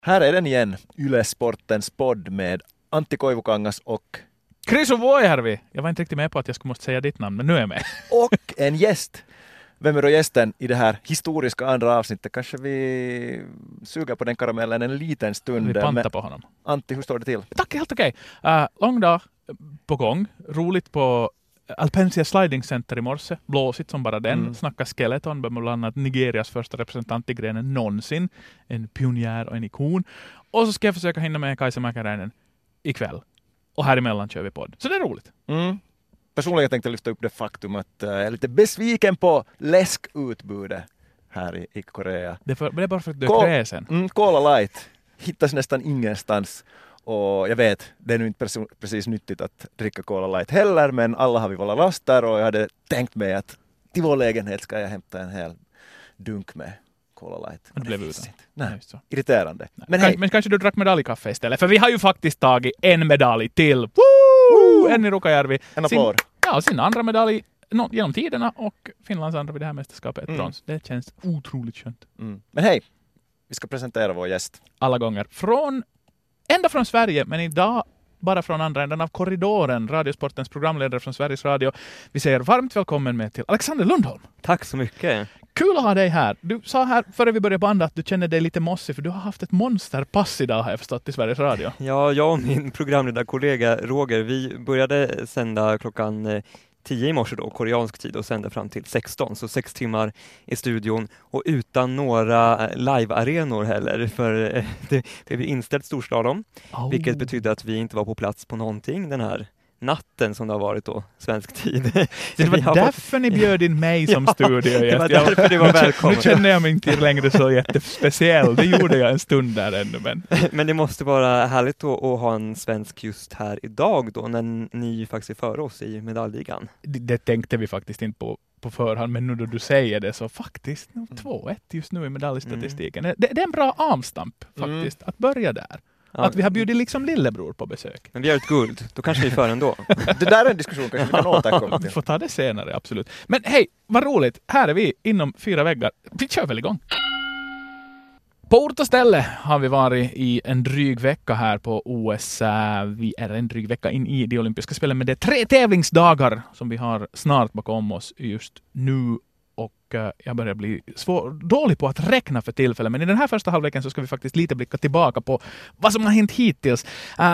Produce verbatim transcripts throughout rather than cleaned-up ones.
Här är den igen, Yle Sportens podd med Antti Koivukangas och Krisu Vuojärvi. Jag var inte riktigt med på att jag skulle måste säga ditt namn, men nu är jag med. Och en gäst. Vem är då gästen i det här historiska andra avsnittet? Kanske vi suger på den karamellen en liten stund. Vi pantar på honom. Antti, hur står det till? Tack, helt okej. Okay. Uh, lång dag på gång. Roligt på Alpensia Sliding Center i morse. Blåsigt som bara den. Mm. Snacka skeleton med bland annat Nigerias första representant i grenen någonsin. En pionjär och en ikon. Och så ska jag försöka hinna med Kaisa Mäkäräinen ikväll. Och här emellan kör vi podd. Så det är roligt. Mm. Personligen tänkte jag lyfta upp det faktum att jag är lite besviken på läskutbudet här i, i Korea. Det är, för, det är bara för att du är kräsen. Mm, Cola Light hittas nästan ingenstans. Och jag vet, det är nu inte perso- precis nyttigt att dricka Cola Light heller, men alla har vi våra lastar och jag hade tänkt mig att till vår lägenhet ska jag hämta en hel dunk med Cola Light. Men det blev utan. Nej, Nej, så. irriterande. Nej. Men, Kans- hej. men kanske du drack medaljkaffe istället, för vi har ju faktiskt tagit en medalj till. Woo! En i Rukajärvi. En applåd. Sin, ja, sin andra medalj no, genom tiderna och Finlands andra vid det här mästerskapet, ett Mm. brons. Det känns otroligt skönt. Mm. Men hej, vi ska presentera vår gäst. Alla gånger. Från, ända från Sverige, men idag bara från andra änden av korridoren, Radiosportens programledare från Sveriges Radio. Vi säger varmt välkommen med till Alexander Lundholm. Tack så mycket. Kul att ha dig här. Du sa här före vi började banda att du känner dig lite mossig, för du har haft ett monsterpass idag, har jag förstått, i Sveriges Radio. Ja, jag och min programledarkollega Roger, vi började sända klockan eh, tio i morse då, koreansk tid, och sände fram till sexton, så sex timmar i studion och utan några live-arenor heller, för eh, det, det blev inställt storslalom, Oh. vilket betydde att vi inte var på plats på någonting den här natten som det har varit då, svensk tid. Så det var Vi har därför fått... ni bjöd in mig som Ja, studiogäst. det var därför det var Nu välkommen. känner jag mig inte längre så jättespeciell. Det gjorde jag en stund där ännu. Men... Men det måste vara härligt då att ha en svensk just här idag då, när ni faktiskt är före oss i medaljligan. Det, det tänkte vi faktiskt inte på på förhand, men nu då du säger det så faktiskt två ett just nu i medaljstatistiken. Mm. Det, det är en bra avstamp faktiskt, mm. att börja där. Ja. Att vi har bjudit liksom lillebror på besök. Men vi har ett guld, då kanske vi är för ändå. Det där är en diskussion kanske vi kan återkomma till. Vi får ta det senare, absolut. Men hej, vad roligt. Här är vi inom fyra väggar. Vi kör väl igång. På ort och ställe har vi varit i en dryg vecka här på O S. Vi är en dryg vecka in i de olympiska spelen, men det är tre tävlingsdagar som vi har snart bakom oss just nu. Och jag börjar bli svår, dålig på att räkna för tillfället. Men i den här första halvleken så ska vi faktiskt lite blicka tillbaka på vad som har hänt hittills.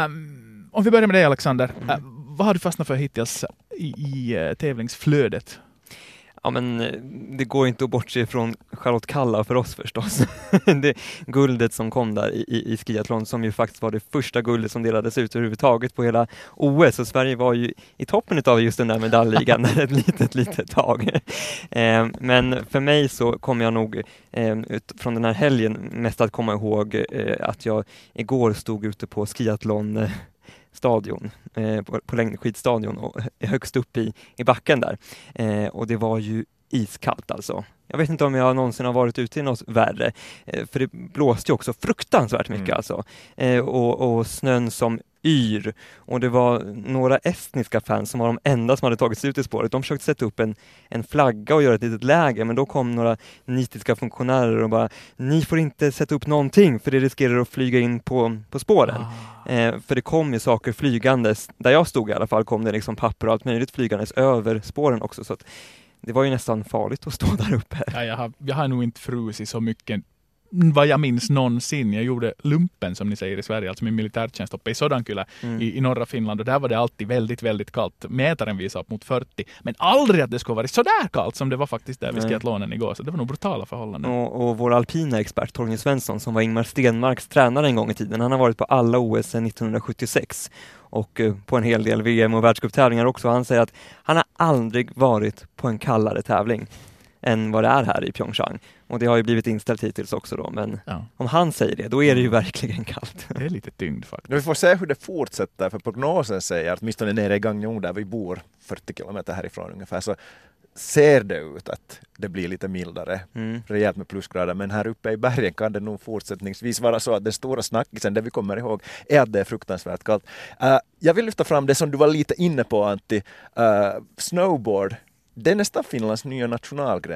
Um, om vi börjar med dig, Alexander. Mm. Uh, vad har du fastnat för hittills i, i uh, tävlingsflödet? Ja, men det går inte att bortse från Charlotte Kalla för oss förstås. Det guldet som kom där i, i, i skiathlon, som ju faktiskt var det första guldet som delades ut överhuvudtaget på hela O S. Och Sverige var ju i toppen av just den där medaljligan ett litet, litet tag. Eh, men för mig så kommer jag nog eh, ut från den här helgen mest att komma ihåg eh, att jag igår stod ute på skiathlon eh, stadion, eh, på, på längdskidstadion och högst upp i, i backen där. Eh, och det var ju iskallt alltså. Jag vet inte om jag någonsin har varit ute i något värre. Eh, för det blåste ju också fruktansvärt mycket mm. alltså. Eh, och, och snön som yr. Och det var några estniska fans som var de enda som hade tagit sig ut i spåret. De försökte sätta upp en, en flagga och göra ett litet läger, men då kom några nitiska funktionärer och bara, ni får inte sätta upp någonting för det riskerar att flyga in på, på spåren. Ah. Eh, för det kom ju saker flygandes, där jag stod i alla fall kom det liksom papper och allt möjligt flygandes över spåren också, så att det var ju nästan farligt att stå där uppe. Ja, jag, har, jag har nog inte frusit så mycket vad jag minns någonsin. Jag gjorde lumpen, som ni säger i Sverige, alltså min militärtjänst uppe i Sodankylä mm. i, i norra Finland, och där var det alltid väldigt, väldigt kallt. Mätaren visade upp mot fyrtio, men aldrig att det skulle vara så där kallt som det var faktiskt där vid skiathlonen igår, så det var nog brutala förhållanden. Och, och vår alpina expert Torgny Svensson, som var Ingmar Stenmarks tränare en gång i tiden, han har varit på alla O S sedan nittonhundrasjuttiosex och uh, på en hel del V M och världscuptävlingar också. Han säger att han har aldrig varit på en kallare tävling än vad det är här i Pyeongchang. Och det har ju blivit inställt hittills också då, men ja. Om han säger det, då är det ju verkligen kallt. Det är lite tyngd faktiskt. Vi får se hur det fortsätter, för prognosen säger att åtminstone nere i Gagnon där vi bor fyrtio kilometer härifrån ungefär, så ser det ut att det blir lite mildare, mm. rejält med plusgrader, men här uppe i bergen kan det nog fortsättningsvis vara så att den stora snackisen, det vi kommer ihåg, är att det är fruktansvärt kallt. Uh, jag vill lyfta fram det som du var lite inne på, Antti. Uh, snowboard, det är nästan Finlands nya nationalgren.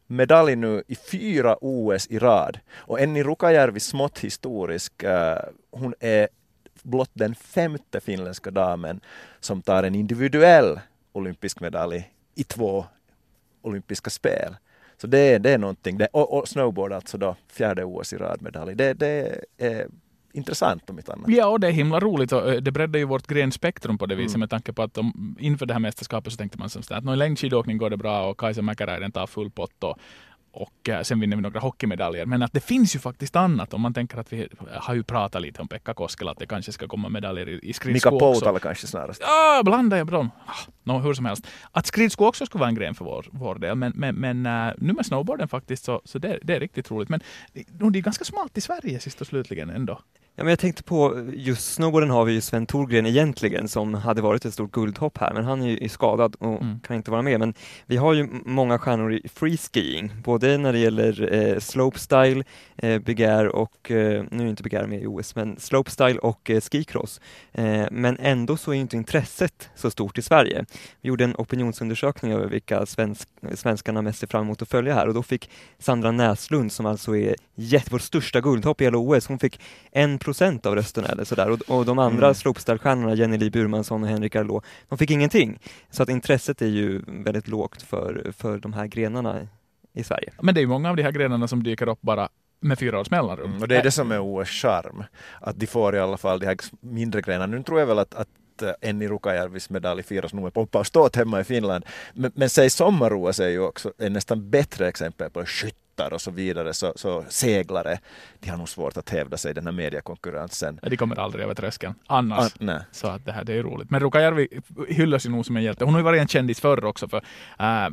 medalj nu i fyra O S i rad. Och Enni Rukajärvi, smått historisk, uh, hon är blott den femte finländska damen som tar en individuell olympisk medalj i två olympiska spel. Så det är, det är någonting. Det, och, och snowboard alltså då, fjärde O S i rad medalj. Det, det är intressant om mitt annat. Ja, och det är himla roligt och det breddar ju vårt grenspektrum på det viset Mm. med tanke på att de, inför det här mästerskapet så tänkte man som att någon längdskidåkning går det bra och Kaisa Mäkäräinen tar full pott och, och eh, sen vinner vi några hockeymedaljer. Men att det finns ju faktiskt annat om man tänker att vi har ju pratat lite om Pekka Koskela att det kanske ska komma medaljer i, i skridsko Mika också. Poutala kanske snarast. Ja, blandar jag dem. No, hur som helst. Att skridsko också skulle vara en gren för vår, vår del. Men, men, men uh, nu med snowboarden faktiskt så, så det, det är riktigt roligt. Men no, det är ganska smalt i Sverige sist och slutligen ändå. Ja, men jag tänkte på, just snowboarden har vi ju Sven Thorgren egentligen som hade varit ett stort guldhopp här, men han är ju skadad och mm. kan inte vara med. Men vi har ju många stjärnor i freeskiing, både när det gäller eh, slopestyle, eh, Big Air och, eh, nu är inte Big Air med i O S, men slopestyle och eh, skicross. Eh, men ändå så är inte intresset så stort i Sverige. Vi gjorde en opinionsundersökning över vilka svensk, svenskarna mest ser fram emot att följa här, och då fick Sandra Näslund, som alltså är jätte, vår största guldhopp i hela O S, hon fick en procent av rösterna eller sådär. Och, och de andra mm. slopestyle-stjärnorna, Jenny Li Burmansson och Henrik Arlå, de fick ingenting. Så att intresset är ju väldigt lågt för, för de här grenarna i Sverige. Men det är ju många av de här grenarna som dyker upp bara med fyra års mellanrum. Mm, och det är det som är O S-charm. Att de får i alla fall de här mindre grenarna. Nu tror jag väl att, att Enni Rukajärvis medalj firas nog med pompa och ståt hemma i Finland. Men, men säg sommar-O S är ju också en nästan bättre exempel på skyttar och så vidare. Så, så seglare, de har nog svårt att hävda sig i den här mediekonkurrensen. De kommer aldrig över tröskeln. Annars. Ah, nej. Så att det här det är roligt. Men Rukajärvi hyllas ju nog som en hjälte. Hon har ju varit en kändis förr också. För, äh,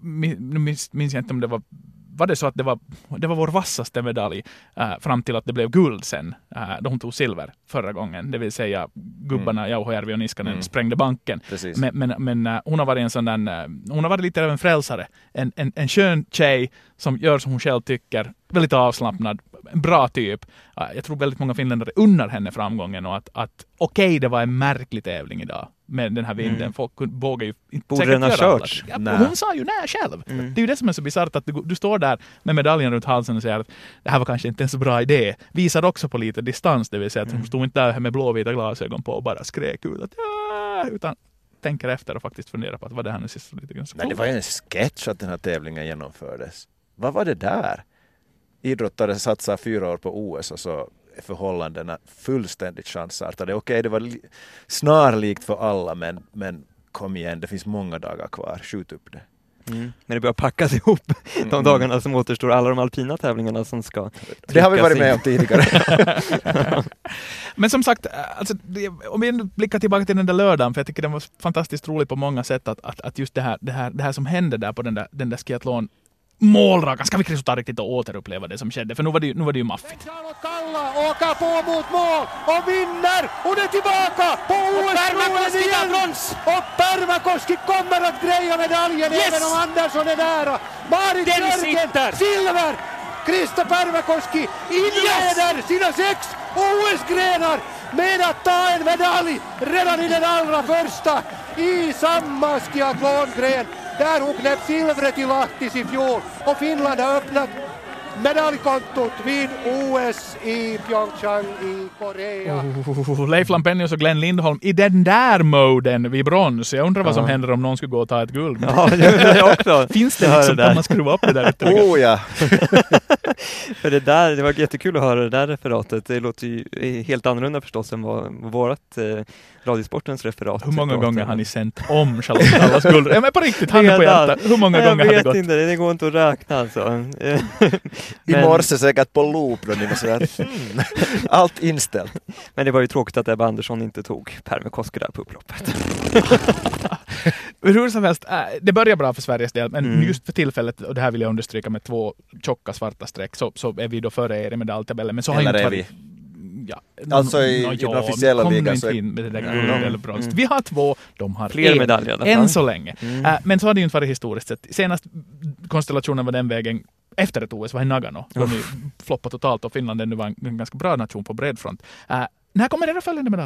nu minns, minns jag inte om det var var det så att det var, det var vår vassaste medalj äh, fram till att det blev guld sen, äh, då hon tog silver förra gången. Det vill säga gubbarna mm. Jauhojärvi och Niskanen mm. sprängde banken. Precis. Men, men, men äh, hon har varit en sån där, äh, hon har varit lite av en frälsare. En, en, en skön tjej som gör som hon själv tycker. Väldigt avslappnad, en bra typ. Äh, jag tror väldigt många finländare unnar henne framgången och att, att okej, okay, det var en märklig tävling idag med den här vinden. Mm. Folk vågar ju inte borde den ha kört. Ja, hon sa ju nej själv. Mm. Det är ju det som är så bisarrt att du, du står där med medaljen runt halsen och säger att det här var kanske inte en så bra idé. Visar också på lite distans, det vill säga att hon stod inte där med blåvita glasögon på och bara skrek ut att ja, utan tänker efter och faktiskt funderar på att vad det här nu sist lite grann så. Nej, det var ju en sketch att den här tävlingen genomfördes. Vad var det där? Idrottare satsar fyra år på O S och så är förhållandena fullständigt chansartade. Okej, det var li- snarlikt för alla, men, men kom igen, det finns många dagar kvar. Skjut upp det. Mm. Men det börjar packas ihop de mm. dagarna som återstår, alla de alpina tävlingarna som ska det har vi varit med om tidigare. Men som sagt, alltså, det, om vi blickar tillbaka till den där lördagen, för jag tycker det var fantastiskt roligt på många sätt att, att, att just det här, det, här, det här som hände där på den där, den där skiathlon målrakan. Ska vi resultat riktigt och återuppleva det som skedde? För nu var det ju, nu var det ju maffigt. Charlotte Kalla åker på mot mål och vinner! Hon är tillbaka på O S-proven igen! Och Pärmäkoski kommer att greja medaljen yes! Även om Andersson är nära. Marit Jörgen, silver! Krista Pärmäkoski inleder yes! Sina sex O S-grenar med att ta en medalj redan i den allra första i samma skiathlongren. Där hon knäpp silvret i Lahtis i fjol och Finland har öppnat medaljkontot vid O S i Pyeongchang i Korea. Oh, Leif Lampenius och Glenn Lindholm i den där moden vid brons. Jag undrar vad som ja. händer om någon skulle gå och ta ett guld. Ja, det också. Finns det liksom, kan man skruva upp det där ytterligare? Oh ja! För det där, det var jättekul att höra det där referatet. Det låter ju helt annorlunda förstås än vad vårat eh, Radiosportens referat. Hur många gånger har ni sänt om Charlotte Kallas guld? Ja, men på riktigt, handen på hjärtat. Hur många jag gånger har det gått? Jag vet inte, det går inte att räkna alltså. I morse säkert på loop då ni var så att hmm, allt inställt. Men det var ju tråkigt att Ebba Andersson inte tog Pärmäkoski där på upploppet. Hur som helst, det börjar bra för Sveriges del, men mm. just för tillfället, och det här vill jag understryka med två tjocka svarta streck, så, så är vi då före er i medaljtabellen. Men så har eller inte är vi? Ja, alltså i, no, i ja, den officiella ligan så... in med det där mm. eller brons. Mm. Vi har två, de har fler en, medaljer än så länge. Mm. Uh, men så har det ju inte varit historiskt sett. Senast konstellationen var den vägen efter ett O S var i Nagano. De ju floppade totalt och Finland nu var en, en ganska bra nation på bred front. Uh, när kommer era följande medaljer?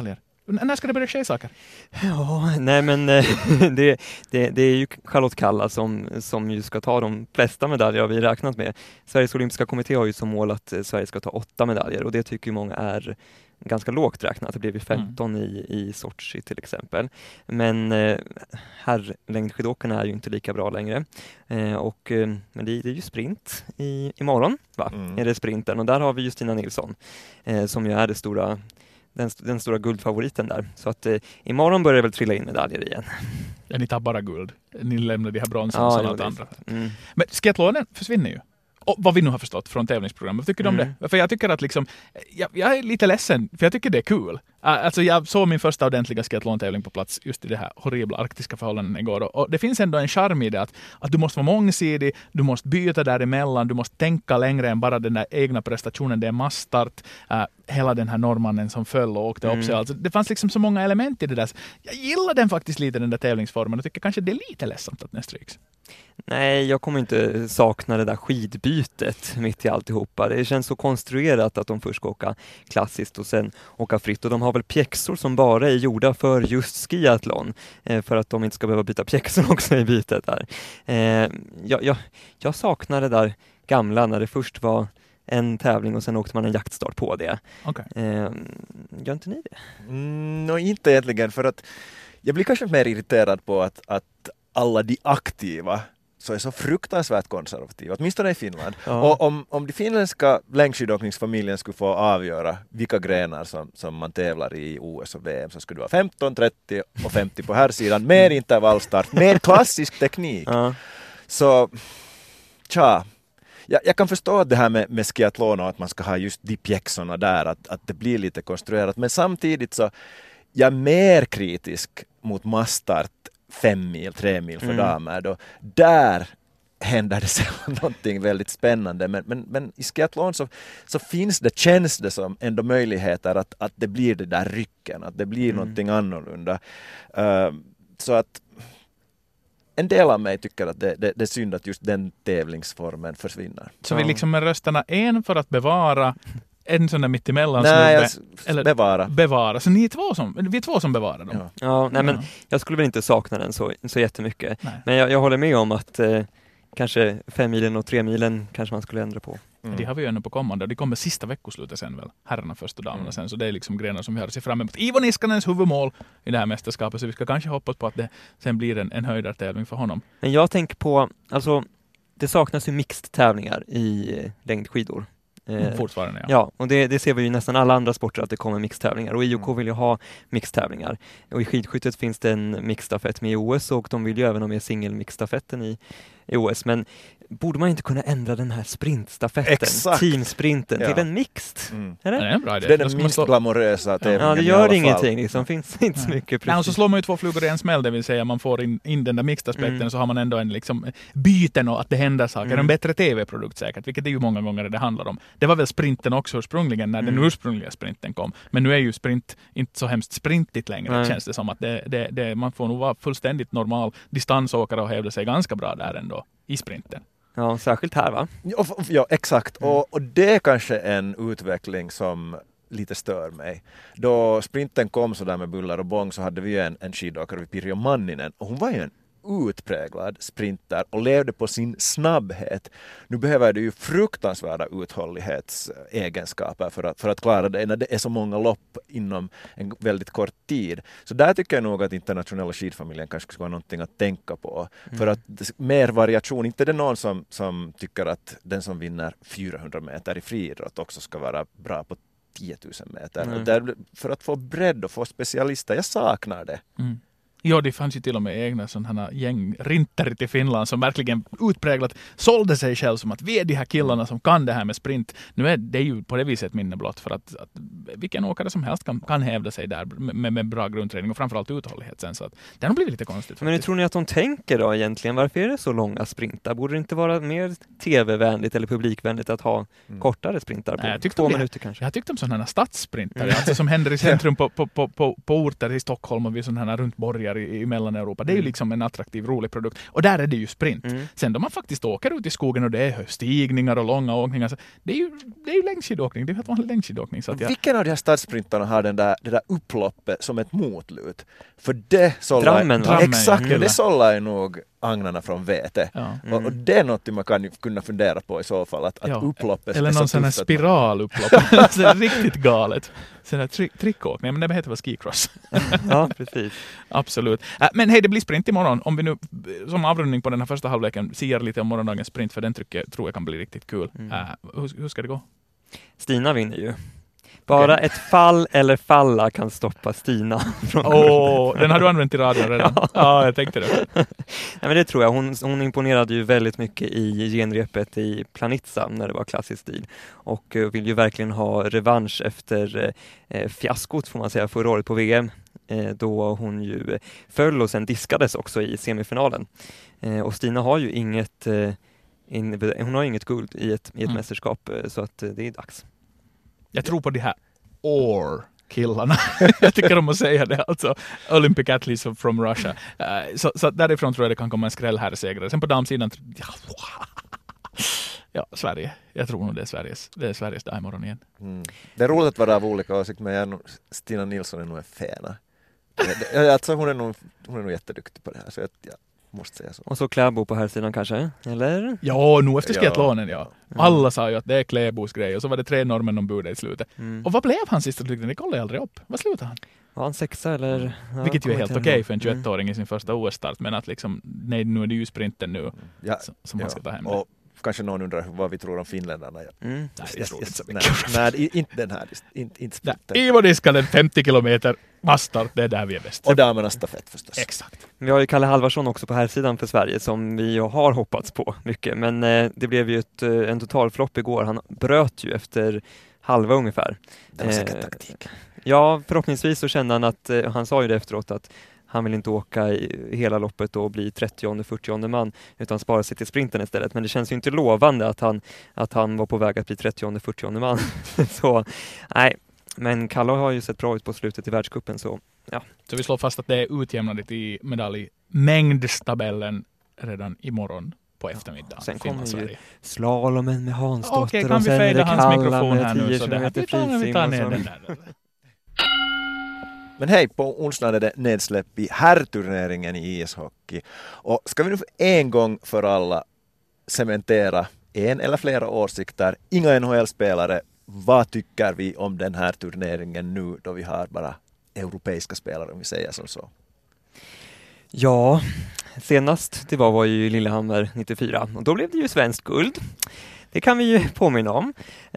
när ska det börja ske saker? Ja, nej men det, det, det är ju Charlotte Kalla som, som ju ska ta de flesta medaljer vi räknat med. Sveriges olympiska kommitté har ju som mål att Sverige ska ta åtta medaljer och det tycker många är ganska lågt räknat. Det blev ju femton mm. i, i Sochi till exempel. Men eh, här längdskidåkarna är ju inte lika bra längre. Eh, och, eh, men det, det är ju sprint i, imorgon, va? Mm. Är det sprinten. Och där har vi Justina Nilsson eh, som ju är det stora, den, den stora guldfavoriten där. Så att eh, imorgon börjar det väl trilla in medaljer igen. Ja, ni tar bara guld. Ni lämnar de här bronsen ja, som ja, allt andra. Mm. Men skiathlonen försvinner ju. Och vad vi nu har förstått från tävlingsprogrammet. Vad tycker du mm. om det? För jag tycker att liksom, jag, jag är lite ledsen, för jag tycker det är kul. Alltså jag såg min första ordentliga skiathlon-tävling på plats just i det här horribla arktiska förhållanden igår. Och, och det finns ändå en charm i det att, att du måste vara mångsidig, du måste byta däremellan, du måste tänka längre än bara den där egna prestationen. Det är massstart, uh, hela den här norrmannen som föll och åkte mm. upp sig. Alltså, det fanns liksom så många element i det där. Jag gillar den faktiskt lite, den där tävlingsformen, och tycker kanske det är lite ledsamt att den stryks. Nej, jag kommer inte sakna det där skidbytet mitt i alltihopa. Det känns så konstruerat att de först ska åka klassiskt och sen åka fritt. Och de har väl pjäxor som bara är gjorda för just skiathlon. Eh, för att de inte ska behöva byta pjäxor också i bytet där. Eh, jag, jag, jag saknar det där gamla när det först var en tävling och sen åkte man en jaktstart på det. Okay. Eh, gör inte ni det? Mm, no, inte egentligen, för att jag blir kanske mer irriterad på att, att alla de aktiva så är så fruktansvärt konservativa, åtminstone i Finland. Ja. Och om, om de finländska längdskidåkningsfamiljen skulle få avgöra vilka grenar som, som man tävlar i O S och V M, så skulle det vara femton, trettio och femtio på här sidan med intervallstart, med klassisk teknik. Ja. Så, tja, jag, jag kan förstå att det här med, med skiathlon och att man ska ha just de pjäxorna där, att, att det blir lite konstruerat, men samtidigt så jag är mer kritisk mot massstart fem mil, tre mil för mm. damer. Då, där händer det sällan någonting väldigt spännande. Men, men, men i skiathlon så, så finns det, känns det som ändå möjligheter att, att det blir det där rycken, att det blir mm. någonting annorlunda. Uh, så att en del av mig tycker att det, det, det är synd att just den tävlingsformen försvinner. Så vi liksom med rösterna en för att bevara, en sån där mittemellan. Nej, jag, eller bevara. Bevara. Så ni är två som, vi är två som bevarar dem. Ja, ja nej, men jag skulle väl inte sakna den så, så jättemycket. Nej. Men jag, jag håller med om att eh, kanske fem milen och tre milen kanske man skulle ändra på. Mm. Det har vi ju ännu på kommande. Det kommer sista veckoslutet sen väl. Herrarna först och damerna mm. sen. Så det är liksom grenar som vi har att se fram emot. Ivo Niskanens huvudmål i det här mästerskapet. Så vi ska kanske hoppas på att det sen blir en, en höjdartävling för honom. Men jag tänker på, alltså det saknas ju mixed tävlingar i eh, längdskidor. Mm, fortfarande, ja. Ja, och det, det ser vi ju i nästan alla andra sporter att det kommer mixtävlingar. Och I O K mm. vill ju ha mixtävlingar. Och i skidskyttet finns det en mixstafett med i O S och de vill ju även ha med singelmixstafetten i, i O S. Men borde man inte kunna ändra den här sprintstafetten, Exakt. teamsprinten, ja. till en mixed? Mm. Är det? Ja, det är en bra idé. Det är den minst slå... glamorösa tävlingen. Ja, det gör ingenting. Det liksom. Finns inte så mycket. Nej, och så slår man ju två flugor i en smäll, det vill säga man får in, in den där mixed-aspekten mm. så har man ändå en liksom byten och att det händer saker. Mm. En bättre tv-produkt säkert, vilket det är ju många gånger det handlar om. Det var väl sprinten också ursprungligen när mm. den ursprungliga sprinten kom. Men nu är ju sprint inte så hemskt sprintigt längre. Nej. Känns det som att det, det, det, man får nog vara fullständigt normal distansåkare och hävda sig ganska bra där ändå i sprinten. Ja, särskilt här va? Ja, ja exakt. Mm. Och, och det är kanske en utveckling som lite stör mig. Då sprinten kom så där med buller och bång så hade vi en, en skidåkare vid Pirjo Manninen och hon var ju en utpräglad sprinter och levde på sin snabbhet. Nu behöver du ju fruktansvärda uthållighetsegenskaper för att, för att klara det när det är så många lopp inom en väldigt kort tid. Så där tycker jag nog att internationella skidfamiljen kanske ska vara någonting att tänka på. Mm. För att mer variation, inte det är någon som, som tycker att den som vinner fyrahundra meter i friidrott också ska vara bra på tio tusen meter. Mm. Där, för att få bredd och få specialister, jag saknar det. Mm. Ja, det fanns ju till och med egna sådana gäng rinter i Finland som verkligen utpräglat sålde sig själv som att vi är de här killarna som kan det här med sprint. Nu är det ju på det viset minne blott för att, att vilken åkare som helst kan, kan hävda sig där med, med bra grundträning och framförallt uthållighet sen. Så att det har blivit lite konstigt. Faktiskt. Men hur tror ni att de tänker då egentligen? Varför är det så långa sprintar? Borde det inte vara mer tv-vänligt eller publikvänligt att ha mm. kortare sprintar på Nej, två minuter jag, kanske? Jag tyckte om sådana stadssprintar mm. alltså, som händer i centrum på, på, på, på, på orter i Stockholm och vid sådana här runt borgar i, i Mellaneuropa. Det är ju liksom en attraktiv, rolig produkt. Och där är det ju sprint. Mm. Sen då man faktiskt åker ut i skogen och det är stigningar och långa åkningar. Så det är ju, det är ju längdskidåkning. Det är helt vanlig längdskidåkning. Så att jag... Vilken av de här stadssprintarna har den där, det där upploppet som ett motlut. För det sållar... Drammen, va? Exakt, Mm. det sållar ju nog agnarna från vete. Ja. Mm. Och, och det är något man kan ju kunna fundera på i så fall, att, Ja. att upploppet Eller är någon så sån här tufft att man- spiralupplopp. Så det är riktigt galet. Sån här tri- trickåkning, men det heter väl skicross. Ja, precis. Absolut. Äh, men hej, det blir sprint imorgon. Om vi nu som avrundning på den här första halvleken siar lite om morgondagens sprint, för den trycker, tror jag kan bli riktigt kul. Mm. Äh, hur, hur ska det gå? Stina vinner ju. Bara Okej. ett fall eller falla kan stoppa Stina från Åh, oh, den har du använt i radion redan. Ja, ja jag tänkte det. Nej, men det tror jag. Hon, hon imponerade ju väldigt mycket i genrepet i Planitza när det var klassisk stil. Och eh, vill ju verkligen ha revansch efter eh, fiaskot får man säga förra året på V M. Eh, då hon ju föll och sen diskades också i semifinalen. Eh, och Stina har ju inget, eh, in, hon har inget guld i ett, i ett Mm. mästerskap eh, så att eh, det är dags. Jag tror på de här or-killarna. Jag tycker om att säga det. Alltså, Olympic athletes from Russia. Uh, så, så därifrån tror jag det kan komma en skräll här segrare. Sen på damsidan, ja, ja, Sverige. Jag tror nog det är Sveriges, det är Sveriges dag imorgon igen. Mm. Det är roligt att vara av olika åsikter, men jag är nog, Stina Nilsson är nog en fena. Det- det- Alltså hon är nog, hon är nog jätteduktig på det här, så jag, jag måste säga så. Och så Kläbo på här sidan kanske, eller? Ja, nu efter Ja. skiathlonen, ja. Mm. Alla sa ju att det är Kläbos grej, och så var det tre norrmän ombud i slutet. Mm. Och vad blev han sista slutligen? Det kollade jag aldrig upp. Vad slutade han? Var han sexa eller? Ja, Vilket ju är kommer helt inte okej ihåg. för en Mm. tjugoett-åring i sin första O S-start, men att liksom, nej, nu är det ju sprinten nu Ja, som som ja. man ska ta hem. det. Och kanske någon undrar vad vi tror om finländarna. Ja. Mm. Nej, jag tror inte så mycket. Nej, nej, inte den här. Inte, inte Nej, sprinten. Ivo Niskanen femtio kilometer massstart, det är där vi är bäst. Och damernas stafett förstås. Exakt. Vi har ju Kalle Halvarsson också på här sidan för Sverige som vi ju har hoppats på mycket. Men eh, det blev ju ett, eh, en totalflopp igår. Han bröt ju efter halva ungefär. Det var säkert Eh, taktik. Ja, förhoppningsvis så kände han att, eh, han sa ju det efteråt att han vill inte åka i hela loppet och bli trettionde fyrtionde man utan spara sig till sprinten istället. Men det känns ju inte lovande att han, att han var på väg att bli trettionde fyrtionde man. Så nej, men Kalle har ju sett bra ut på slutet i världscupen så ja. Så vi slår fast att det är utjämnat i medaljmängdstabellen redan imorgon på eftermiddagen. Sen Finland, kommer ju Sverige. slalomen med Hansdotter Okej, och kan vi sen är fejda det hans Kalla mikrofon med här nu? tio Så det här, kilometer vi tar, vi frisim tar och ner så- den där. Men hej, på onsdagen är det nedsläpp i herrturneringen i ishockey. Och ska vi nu för en gång för alla cementera en eller flera åsikter. Inga N H L-spelare. Vad tycker vi om den här turneringen nu då vi har bara europeiska spelare, om vi säger som så? Ja, senast det var var ju i Lillehammer nittiofyra och då blev det ju svenskt guld. Det kan vi ju påminna om.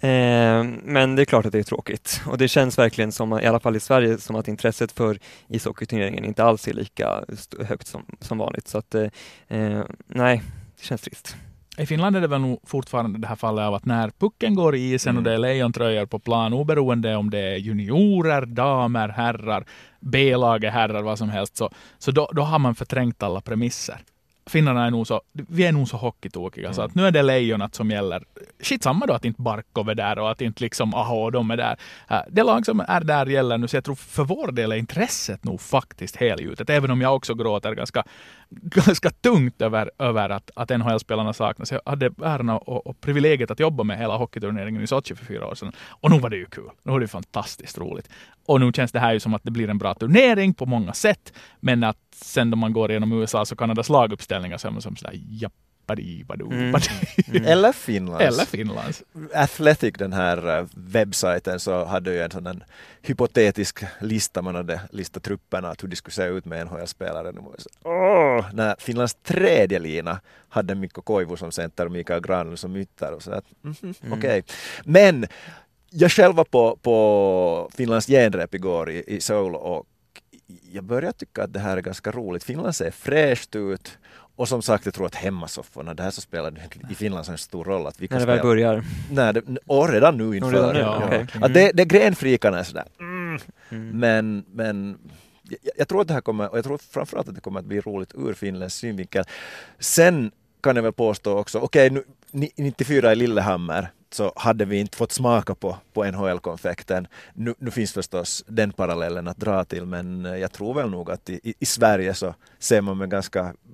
Eh, men det är klart att det är tråkigt. Och det känns verkligen som, i alla fall i Sverige, som att intresset för ishockeyturneringen inte alls är lika st- högt som, som vanligt. Så att, eh, nej, det känns trist. I Finland är det väl nog fortfarande det här fallet av att när pucken går i isen Mm. och det är lejontröjor på plan, oberoende om det är juniorer, damer, herrar, B-laget, herrar, vad som helst, så, så då, då har man förträngt alla premisser. Finnarna är nog så, vi är nog så hockeytokiga, Mm. så att nu är det lejonat som gäller. Shit, samma då att inte Barkov är där och att inte liksom, aha, de är där. Uh, det lag som är där gäller nu, så jag tror för vår del är intresset nog faktiskt helgjutet, även om jag också gråter ganska, ganska tungt över, över att, att N H L-spelarna saknas. Jag hade äran och, och privilegiet att jobba med hela hockeyturneringen i Sochi för fyra år sedan. Och nu var det ju kul. Nu var det fantastiskt roligt. Och nu känns det här ju som att det blir en bra turnering på många sätt. Men att sen då man går igenom U S A så Kanadas laguppställningar så är man som sådär jappadi-badoo. Mm. Mm. Eller Finlands. Eller Finlands. Athletic, den här uh, webbsajten, så hade ju en sån en hypotetisk lista. Man hade listat trupperna, att hur de skulle se ut med N H L-spelare. Nu var det så, åh, när Finlands tredje lina hade Mikko Koivu som center och Mikael Granlund som ytter. Och så att, mm-hmm, Mm. okej. Okay. Men jag själv var på, på Finlands genrep igår i, i Seoul och jag börjar tycka att det här är ganska roligt. Finland ser fräscht ut. Och som sagt, jag tror att hemmasofforna, det här så spelar det i Finland en stor roll. Att vi kan När det väl spela. börjar. Nej, det, och redan nu inför. redan nu, ja. okej. Att det, det grenfrikarna är sådär. Mm. Mm. Men, men jag, jag tror att det här kommer, och jag tror framförallt att det kommer att bli roligt ur Finlands synvinkel. Sen kan jag väl påstå också, okej, okay, nu nittiofyra i Lillehammer så hade vi inte fått smaka på, på N H L-konfekten. Nu, nu finns förstås den parallellen att dra till, men jag tror väl nog att i, i Sverige så ser man med ganska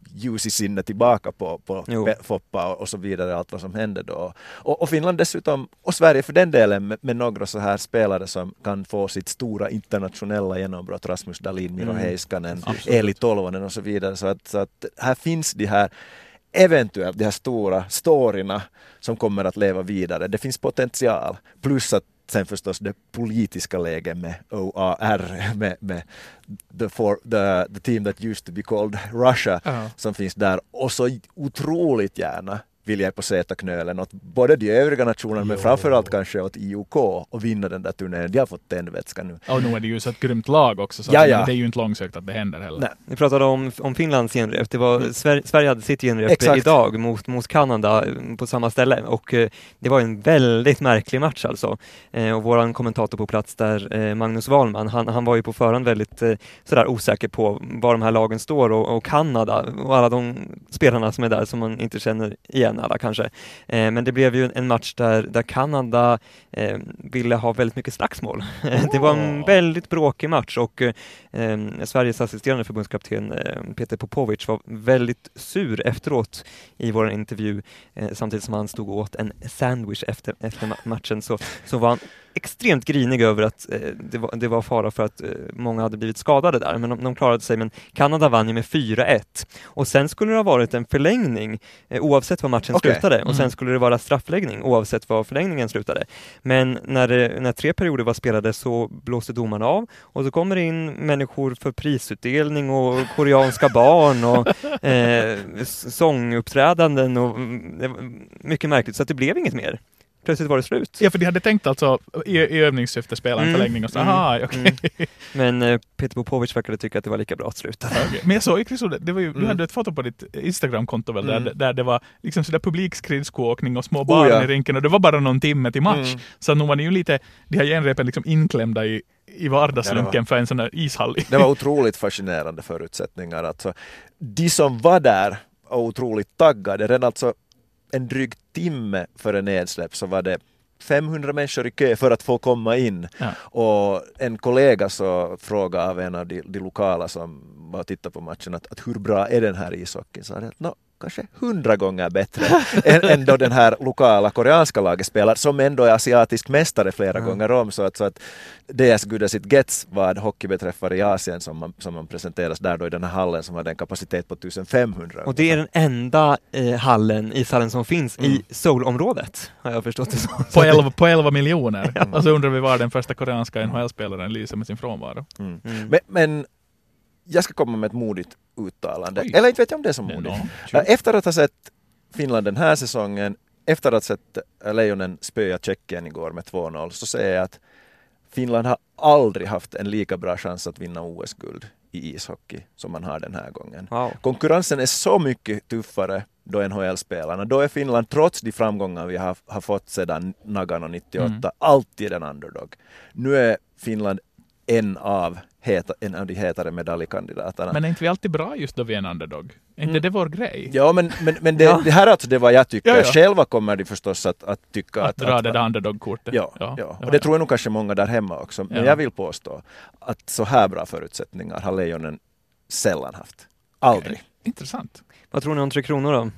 ljus i sinne tillbaka på, på Foppa och, och så vidare, allt vad som hände då. Och, och Finland dessutom, och Sverige för den delen, med, med några så här spelare som kan få sitt stora internationella genombrott, Rasmus Dahlin, Miro mm. Heiskanen, Eli Tolvanen och så vidare. Så att, så att här finns de här eventuellt de här stora storyna som kommer att leva vidare. Det finns potential. Plus att sen förstås det politiska läget med O A R, med, med the, for, the, the team that used to be called Russia, uh-huh. som finns där. Och så otroligt gärna vill jag på sätta knölen åt både de övriga nationerna, men framförallt kanske åt I O K och vinna den där turneringen. De har fått tändvätska nu. Och nu är det ju så ett grymt lag också, så ja, ja. det är ju inte långsökt att det händer heller. Nej. Vi pratade om, om Finlands genrep. Det var, mm. Sver- Sverige hade sitt genrep idag mot, mot Kanada på samma ställe, och eh, det var en väldigt märklig match alltså. Eh, och våran kommentator på plats där, eh, Magnus Wahlman, han, han var ju på förhand väldigt eh, sådär osäker på var de här lagen står, och, och Kanada och alla de spelarna som är där som man inte känner igen alla kanske. Eh, men det blev ju en match där, där Kanada eh, ville ha väldigt mycket slagsmål. Oh. Det var en väldigt bråkig match, och eh, Sveriges assisterande förbundskapten eh, Peter Popovic var väldigt sur efteråt i vår intervju, eh, samtidigt som han stod och åt en sandwich efter, efter matchen, så, så var han extremt grinig över att eh, det, var, det var fara för att eh, många hade blivit skadade där, men de, de klarade sig. Men Kanada vann ju med fyra ett, och sen skulle det ha varit en förlängning eh, oavsett vad matchen okay. slutade, och sen mm. skulle det vara straffläggning oavsett vad förlängningen slutade. Men när, det, när tre perioder var spelade så blåste domarna av, och så kommer det in människor för prisutdelning och koreanska barn och eh, sånguppträdanden och mm, mycket märkligt, så att det blev inget mer. Plötsligt var det slut. Ja, för de hade tänkt alltså i, i övningssyfte spela en mm. förlängning och så, mm. aha, okej. Okay. Mm. Men eh, Peter Popovic verkade tycka att det var lika bra att sluta. Okay. Men jag såg ju det, det var ju, mm. du hade ett foto på ditt Instagram-konto väl, mm. där, där det var liksom sådär publikskridskoåkning och små barn oh, ja. i rinken, och det var bara någon timme till match. Mm. Så nu var ni ju lite, de här genrepen liksom inklämda i i vardagslunken ja, för en sån här ishall. Det var otroligt fascinerande förutsättningar. Alltså, de som var där var otroligt taggade. Redan alltså en dryg timme före nedsläpp så var det femhundra människor i kö för att få komma in. Ja. Och en kollega så frågade av en av de, de lokala som var och tittade på matchen att, att hur bra är den här ishockeyn? Så att no, kanske hundra gånger bättre än, än då den här lokala koreanska laget spelar, som ändå är asiatisk mästare flera mm. gånger om. Så att, så att det är så good as it gets vad hockey beträffar i Asien som man, som man presenteras där då i den här hallen som har en kapacitet på femtonhundra. Och det är den enda eh, hallen, ishallen som finns mm. i Seoul-området, har jag förstått det som. På elva, på elva miljoner. Ja. Och så undrar vi var den första koreanska N H L-spelaren lyser med sin frånvaro. Mm. Mm. Men, men jag ska komma med ett modigt uttalande. Oj. Eller inte vet jag om det är så modigt. No, efter att ha sett Finland den här säsongen, efter att ha sett Lejonen spöa Tjeckien igår med två noll, så säger jag att Finland har aldrig haft en lika bra chans att vinna O S-guld i ishockey som man har den här gången. Wow. Konkurrensen är så mycket tuffare då N H L-spelarna. Då är Finland, trots de framgångar vi har, har fått sedan Nagano nittioåtta, mm. alltid en underdog. Nu är Finland en av, heta, en av de hetare medaljkandidaterna. Men är inte vi alltid bra just då vi är en underdog? Är inte mm. det vår grej? Ja, men, men, men det, ja. det här är alltså det vad jag tycker. Ja, ja. Själva kommer de förstås att, att tycka att... Att dra att, det där underdog-kortet. Ja, ja, ja. och det ja. tror jag nog kanske många där hemma också. Men ja. jag vill påstå att så här bra förutsättningar har Lejonen sällan haft. Aldrig. Okay. Intressant. Vad tror ni om Tre Kronor då?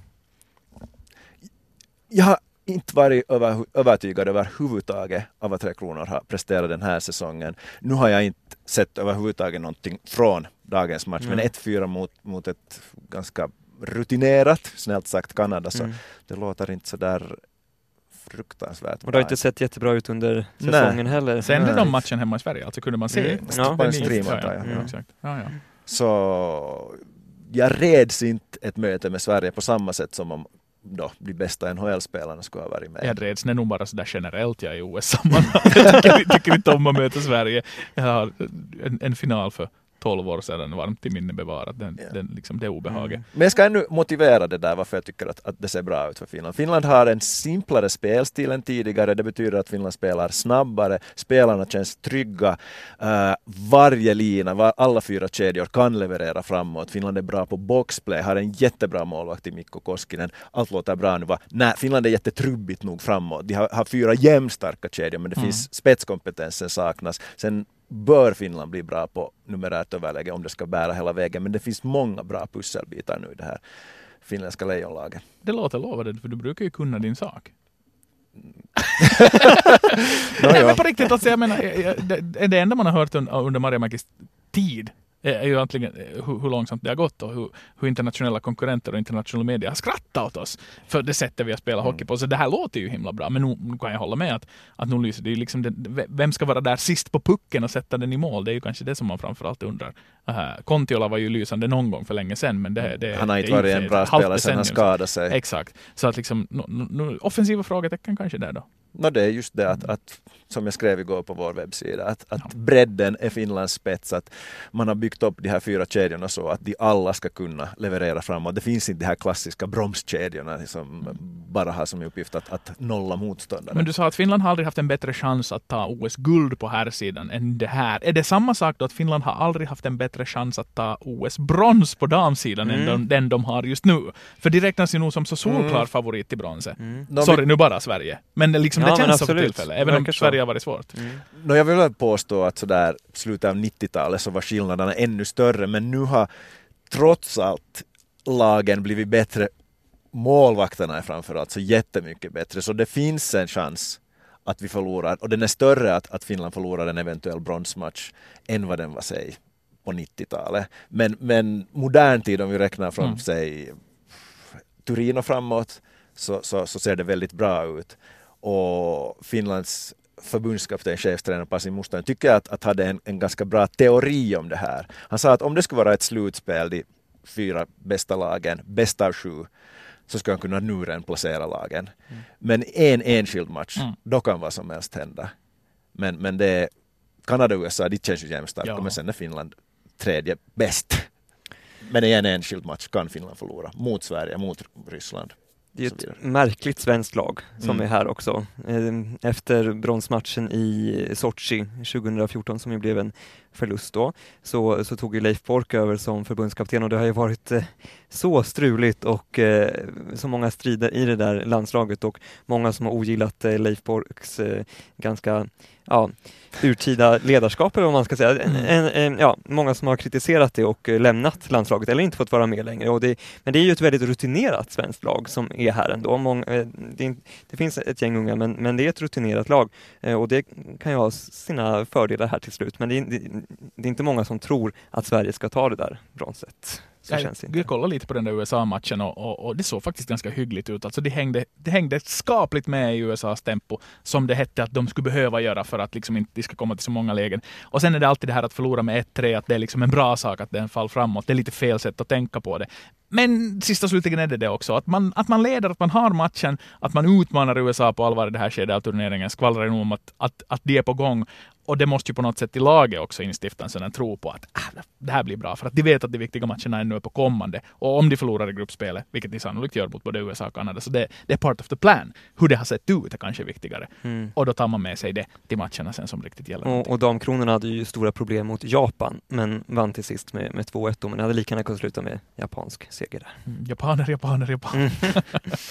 Jag har inte varit över, övertygad överhuvudtaget av vad Tre Kronor har presterat den här säsongen. Nu har jag inte sett överhuvudtaget någonting från dagens match, mm. men ett fyra mot, mot ett ganska rutinerat, snällt sagt, Kanada, så mm. det låter inte så där fruktansvärt. Och det har inte sett jättebra ut under säsongen Nej. heller. Sen är de matchen hemma i Sverige, alltså kunde man se mm. ja, på en stream. Ja, ja. Mm. Ja, ja, ja. Så jag reds inte ett möte med Sverige på samma sätt som om då de bästa N H L-spelarna skulle ha varit med. Jag reds nog bara sådär generellt jag i O S-sammanhang. Jag tycker, tycker inte om att möta Sverige. Jag har en, en final för tolv år sedan varmt i minne bevarat. Den, ja. den, liksom, det är obehaget. Mm. Men jag ska ännu motivera det där varför jag tycker att, att det ser bra ut för Finland. Finland har en simplare spelstil än tidigare. Det betyder att Finland spelar snabbare. Spelarna känns trygga. Uh, varje lina, var, alla fyra kedjor kan leverera framåt. Finland är bra på boxplay. Har en jättebra målvakt i Mikko Koskinen. Allt låter bra nu. Va? Nej, Finland är jättetrubbigt nog framåt. De har, har fyra jämnstarka kedjor, men det mm. finns spetskompetensen saknas. Sen bör Finland bli bra på numerärt överläge om det ska bära hela vägen. Men det finns många bra pusselbitar nu i det här finländska lejonlaget. Det låter lovande, för du brukar ju kunna din sak. no, Nej, men på riktigt, alltså, jag menar, det, det enda man har hört under, under Marjamäkis tid är ju egentligen hur, hur långsamt det har gått och hur, hur internationella konkurrenter och internationella medier har skrattat åt oss för det sättet vi har spelat mm. hockey på. Så det här låter ju himla bra, men nu, nu kan jag hålla med att, att nu lyser det ju liksom det, vem ska vara där sist på pucken och sätta den i mål? Det är ju kanske det som man framförallt undrar. Uh, Kontiola var ju lysande någon gång för länge sedan, men det, det han har inte det varit en bra spelare sedan han skadade sig. Exakt. Så att liksom no, no, offensiva frågetecken kanske där då. No, det är just det att, att som jag skrev igår på vår webbsida, att, att ja. bredden är Finlands spets, att man har byggt upp de här fyra kedjorna så att de alla ska kunna leverera framåt. Det finns inte de här klassiska bromskedjorna som mm. bara har som uppgift att, att nolla motståndare. Men du sa att Finland har aldrig haft en bättre chans att ta O S-guld på här sidan än det här. Är det samma sak då att Finland har aldrig haft en bättre chans att ta O S-brons på damsidan mm. än de, den de har just nu? För det räknas ju nog som så solklar mm. favorit till bronset. Mm. Sorry, nu bara Sverige. Men det, liksom, ja, det känns så för tillfället. Även om Sverige har varit svårt. Mm. No, jag vill påstå att sådär slutet av nittiotalet så var skillnaderna ännu större, men nu har trots allt lagen blivit bättre. Målvakterna är framförallt så jättemycket bättre, så det finns en chans att vi förlorar, och den är större att, att Finland förlorar en eventuell bronsmatch än vad den var sig på nittiotalet. Men, men modern tid, om vi räknar från mm. sig Turin och framåt, så, så, så ser det väldigt bra ut. Och Finlands förbundskapten, chefstränare Pasi Mustonen tycker att, att hade en, en ganska bra teori om det här. Han sa att om det skulle vara ett slutspel, de fyra bästa lagen, bästa av sju, så ska han kunna nuren placera lagen. Mm. Men en enskild match, mm. då kan vad som helst hända. Men, men det är Kanada och U S A, det känns ju jämnstarka, men sen är Finland tredje bäst. Men i en enskild match kan Finland förlora mot Sverige, mot Ryssland. Det är ett märkligt svenskt lag som mm. är här också. Efter bronsmatchen i Sochi tjugohundrafjorton, som ju blev en förlust då, så, så tog ju Leif Boork över som förbundskapten, och det har ju varit eh, så struligt och eh, så många strider i det där landslaget, och många som har ogillat eh, Leif Boorks eh, ganska ja, urtida ledarskap, eller vad man ska säga. Mm. En, en, ja, många som har kritiserat det och eh, lämnat landslaget eller inte fått vara med längre. Och det, men det är ju ett väldigt rutinerat svenskt lag som är här ändå. Många, eh, det, det finns ett gäng unga, men, men det är ett rutinerat lag, eh, och det kan ju ha sina fördelar här till slut. Men det, det, det är inte många som tror att Sverige ska ta det där bronset. Så jag, känns inte. Jag kollade lite på den där U S A-matchen och, och, och det såg faktiskt ganska hyggligt ut. Alltså det hängde, det hängde skapligt med i U S A:s tempo, som det hette att de skulle behöva göra för att liksom inte de ska komma till så många lägen. Och sen är det alltid det här att förlora med ett tre, att det är liksom en bra sak att det är en fall framåt. Det är lite fel sätt att tänka på det. Men sista slutligen är det det också. Att man, att man leder, att man har matchen, att man utmanar U S A på allvar i det här skedet av turneringen, skvallrar nog om att, att, att de är på gång. Och det måste ju på något sätt i laget också instifta en sån tro på att äh, det här blir bra. För att de vet att de viktiga matcherna ännu är på kommande. Och om de förlorar i gruppspelet, vilket de sannolikt gör mot både U S A och Kanada, så det, det är part of the plan. Hur det har sett ut är kanske viktigare. Mm. Och då tar man med sig det till matcherna sen som riktigt gäller. Och, och damkronorna hade ju stora problem mot Japan, men vann till sist med, med två ett. Men det hade lika gärna kunnat sluta med japansk seger där. Mm, japaner, japaner, japaner. Mm.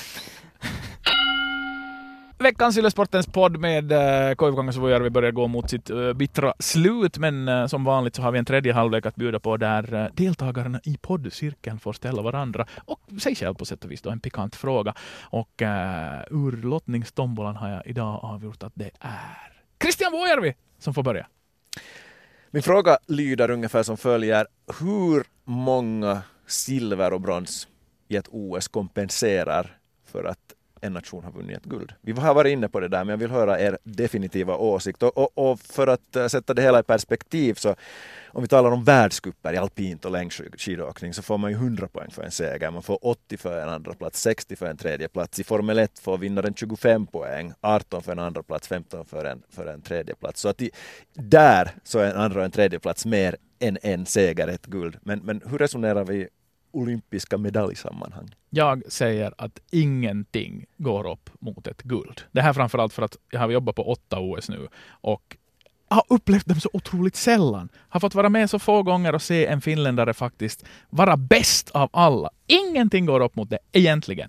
Veckans Yle-sportens podd med uh, K I F Kangasvuojärvi börjar gå mot sitt uh, bittra slut, men uh, som vanligt så har vi en tredje halvlek att bjuda på där uh, deltagarna i poddcirkeln får ställa varandra och sig själv på sätt och vis då en pikant fråga. Och uh, ur lottningstombolan har jag idag avgjort att det är Christian Vuojärvi som får börja. Min fråga lyder ungefär som följer: hur många silver och brons i ett O S kompenserar för att en nation har vunnit ett guld? Vi har varit inne på det där, men jag vill höra er definitiva åsikt. Och, och, och för att uh, sätta det hela i perspektiv, så om vi talar om världscuper i alpint och längdskidåkning, så får man ju hundra poäng för en seger. Man får åttio för en andra plats, sextio för en tredje plats. I Formel ett får vinnaren tjugofem poäng, arton för en andra plats, femton för en, för en tredje plats. Så att i, där så är en andra och en tredje plats mer än en seger, ett guld. Men, men hur resonerar vi olympiska medaljsammanhang? Jag säger att ingenting går upp mot ett guld. Det här framförallt för att jag har jobbat på åtta O S nu och har upplevt dem så otroligt sällan. Har fått vara med så få gånger och se en finländare faktiskt vara bäst av alla. Ingenting går upp mot det egentligen.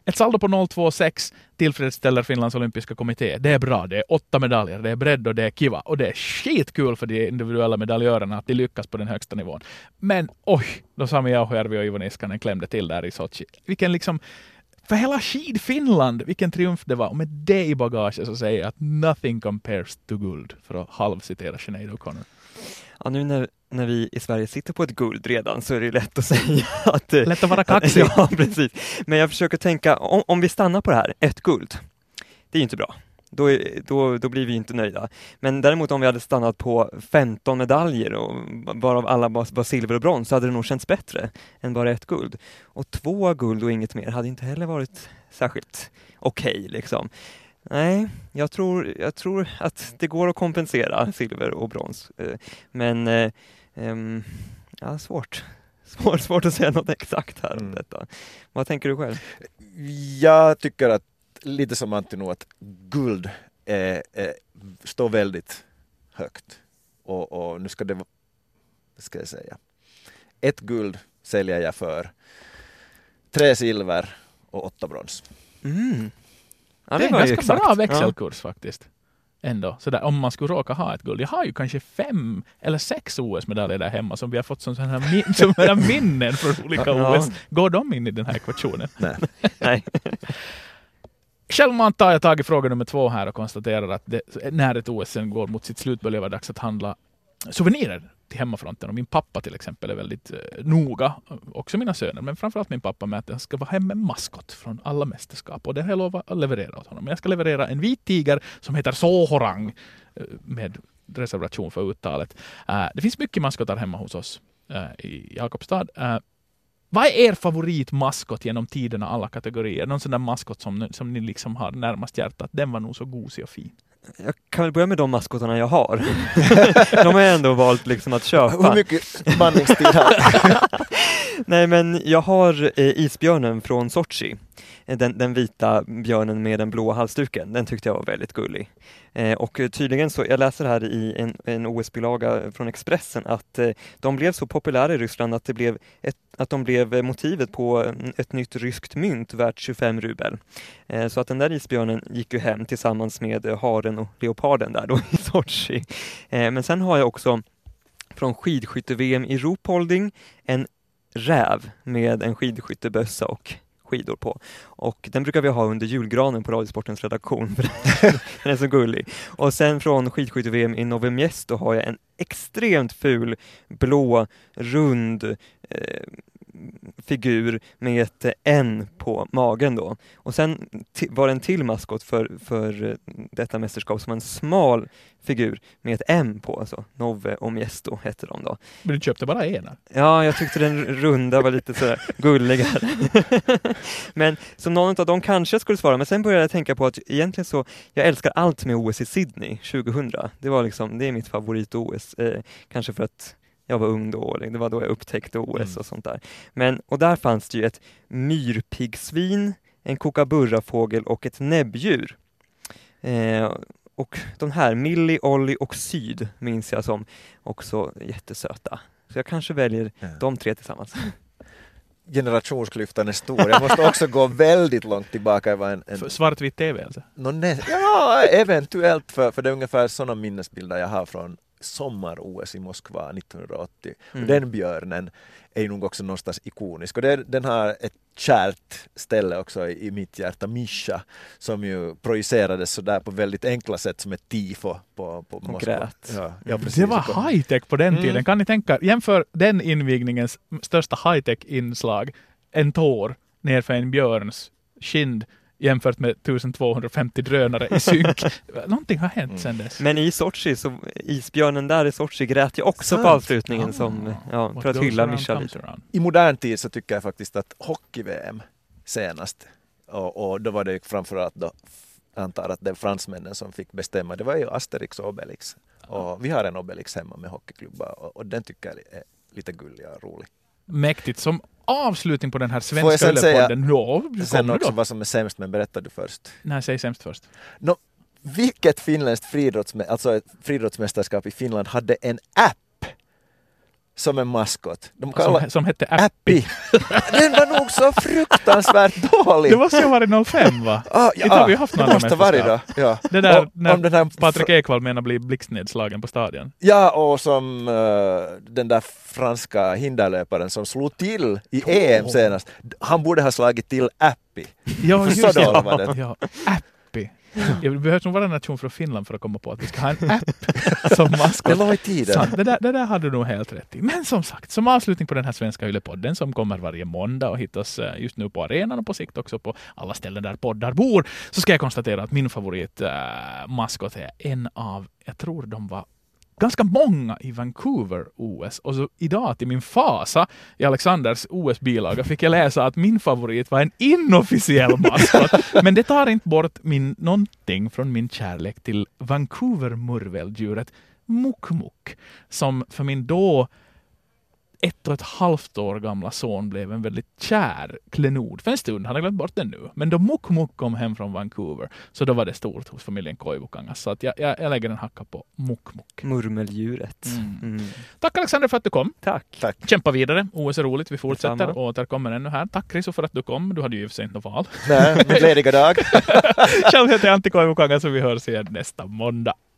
Ett saldo på noll två sex tillfredsställer Finlands olympiska kommitté. Det är bra, det är åtta medaljer, det är bredd och det är kiva. Och det är skitkul för de individuella medaljörerna att de lyckas på den högsta nivån. Men oj, då Sami Jauhojärvi och Ivo Niskanen klämde till där i Sochi. Vilken liksom, för hela skid Finland, vilken triumf det var. Och med det i bagage så säger jag att nothing compares to guld, för att halvcitera Sinead O'Connor. Ja, nu när, när vi i Sverige sitter på ett guld redan så är det lätt att säga att... Lätt att vara kaxig. Ja, precis. Men jag försöker tänka, om, om vi stannar på det här, ett guld, det är ju inte bra. Då, är, då, då blir vi inte nöjda. Men däremot om vi hade stannat på femton medaljer och varav alla var, var silver och brons så hade det nog känts bättre än bara ett guld. Och två guld och inget mer hade inte heller varit särskilt okej okay, liksom. Nej, jag tror, jag tror att det går att kompensera silver och brons. Men eh, um, ja, svårt. svårt. Svårt att säga något exakt här om mm. detta. Vad tänker du själv? Jag tycker att lite som Antino att guld är, är, står väldigt högt. Och, och nu ska det, vad ska jag säga, ett guld säljer jag för tre silver och åtta brons. Mm. Ja, det, det är en ganska exakt. bra växelkurs ja. faktiskt. Ändå. Så där, om man skulle råka ha ett guld. Jag har ju kanske fem eller sex O S-medaljer där hemma som vi har fått som sådana här, min- som här minnen från olika O S. Går de in i den här ekvationen? Nej. Nej. Självmant tar jag tag i fråga nummer två här och konstaterar att det, när ett O S går mot sitt slut börjar det vara dags att handla souvenirer till hemmafronten. Och min pappa till exempel är väldigt eh, noga, också mina söner, men framförallt min pappa med att jag ska vara hem med maskot från alla mästerskap. Och det har jag lovat att leverera åt honom. Men jag ska leverera en vit tiger som heter Sohorang eh, med reservation för uttalet. Eh, det finns mycket maskotar hemma hos oss eh, i Jakobstad. Eh, vad är er favoritmaskot genom tiderna alla kategorier? Någon sån där maskot som, som ni liksom har närmast hjärtat. Den var nog så gosig och fin. Jag kan väl börja med de maskotarna jag har. De har jag ändå valt liksom att köpa. Hur mycket bandningstid har Nej, men jag har eh, isbjörnen från Sochi. Den, den vita björnen med den blåa halsduken. Den tyckte jag var väldigt gullig. Eh, och tydligen så, jag läser här i en, en O S-bilaga från Expressen att eh, de blev så populära i Ryssland att, det blev ett, att de blev motivet på ett nytt ryskt mynt värt tjugofem rubel. Eh, så att den där isbjörnen gick ju hem tillsammans med eh, haren och leoparden där då i Sochi. Eh, men sen har jag också från skidskytte-V M i ropeholding en räv med en skidskyttebössa och skidor på. Och den brukar vi ha under julgranen på Radiosportens redaktion. Den är så gullig. Och sen från skidskytte-V M i Nowe Miesto har jag en extremt ful, blå, rund eh, figur med ett N på magen då. Och sen t- var det en till maskot för, för detta mästerskap som en smal figur med ett M på. Alltså Nowe och Miesto heter de då. Men du köpte bara ena? Ja, jag tyckte den runda var lite så gulligare. Men som någon av dem kanske skulle svara. Men sen började jag tänka på att egentligen så, jag älskar allt med O S i Sydney tjugohundra. Det var liksom, det är mitt favorit-O S. Eh, kanske för att jag var ung då, det var då jag upptäckte O S och sånt där. Men, och där fanns det ju ett myrpiggsvin, en kookaburrafågel och ett näbbdjur. Eh, och de här, Millie, Ollie och Syd minns jag som också jättesöta. Så jag kanske väljer ja. de tre tillsammans. Generationsklyftan är stor. Jag måste också gå väldigt långt tillbaka. Jag var en, en... Svartvit tv alltså? No, nä... Ja, eventuellt. För, för det är ungefär sådana minnesbilder jag har från sommar-O S i Moskva nittonhundraåttio. Mm. Och den björnen är nog också någonstans ikonisk. Och det, den har ett kärt ställe också i, i mitt hjärta, Mischa, som ju projicerades så där på väldigt enkla sätt som ett tifo på, på Moskva. Ja, ja, det var high-tech på den mm. tiden. Kan ni tänka, jämför den invigningens största high-tech-inslag, en tår nerför en björns kind jämfört med twelve drönare i synk. Någonting har hänt mm. sedan dess. Men i Sochi, så isbjörnen där i Sochi grät ju också Sant. på avslutningen ah, som, ja, för att hylla Mischa lite. I modern tid så tycker jag faktiskt att hockey-V M senast, och, och då var det framförallt då, antar att det är fransmännen som fick bestämma, det var ju Asterix och Obelix. Och vi har en Obelix hemma med hockeyklubbar och, och den tycker jag är lite gullig och rolig. Mäktigt. Som avslutning på den här svenska öllepodden. Ja, sen också vad som är sämst, men berättar du först. Nej, säg sämst först. No, vilket finländskt friidrottsmä- alltså ett friidrottsmästerskap i Finland hade en app som en maskot. De kallar... som, som hette Appy. Den var nog så fruktansvärt dålig. Det måste ju ha varit noll fem, va? Ah, ja, har vi haft det måste ha varit då. Ja. Det där och, när om den här Patrik Ekwall menar bli blixtnedslagen på stadion. Ja, och som uh, den där franska hinderlöparen som slog till i oh. E M senast. Han borde ha slagit till Appy. Ja, just så dålig var den. Ja, Appy. Jag behövs nog vara en nation från Finland för att komma på att vi ska ha en app som maskot. Det låg i tiden. Det där, det där hade du nog helt rätt i. Men som sagt, som avslutning på den här svenska Yle-podden som kommer varje måndag och hittas just nu på arenan och på sikt också på alla ställen där poddar bor, så ska jag konstatera att min favorit äh, maskot är en av, jag tror de var ganska många i Vancouver-O S. Och så idag till min fasa i Alexanders O S-bilaga fick jag läsa att min favorit var en inofficiell maskot. Men det tar inte bort min, någonting från min kärlek till Vancouver-murveldjuret Muk-Muk. Som för min då ett och ett halvt år gamla son blev en väldigt kär klenod. För en stund, han har glömt bort den nu. Men då Muk-Muk kom hem från Vancouver, så då var det stort hos familjen Koivukangas. Så att jag, jag, jag lägger en hacka på Muk-Muk. Murmeldjuret. Mm. Mm. Tack Alexander för att du kom. Tack. Tack. Kämpa vidare. O S är roligt. Vi fortsätter. Detsamma. Och där kommer ännu här. Tack Riso för att du kom. Du hade ju i och för sig inte något val. Nej, min lediga dag. Själv heter jag Antti Koivukangas och vi hörs igen nästa måndag.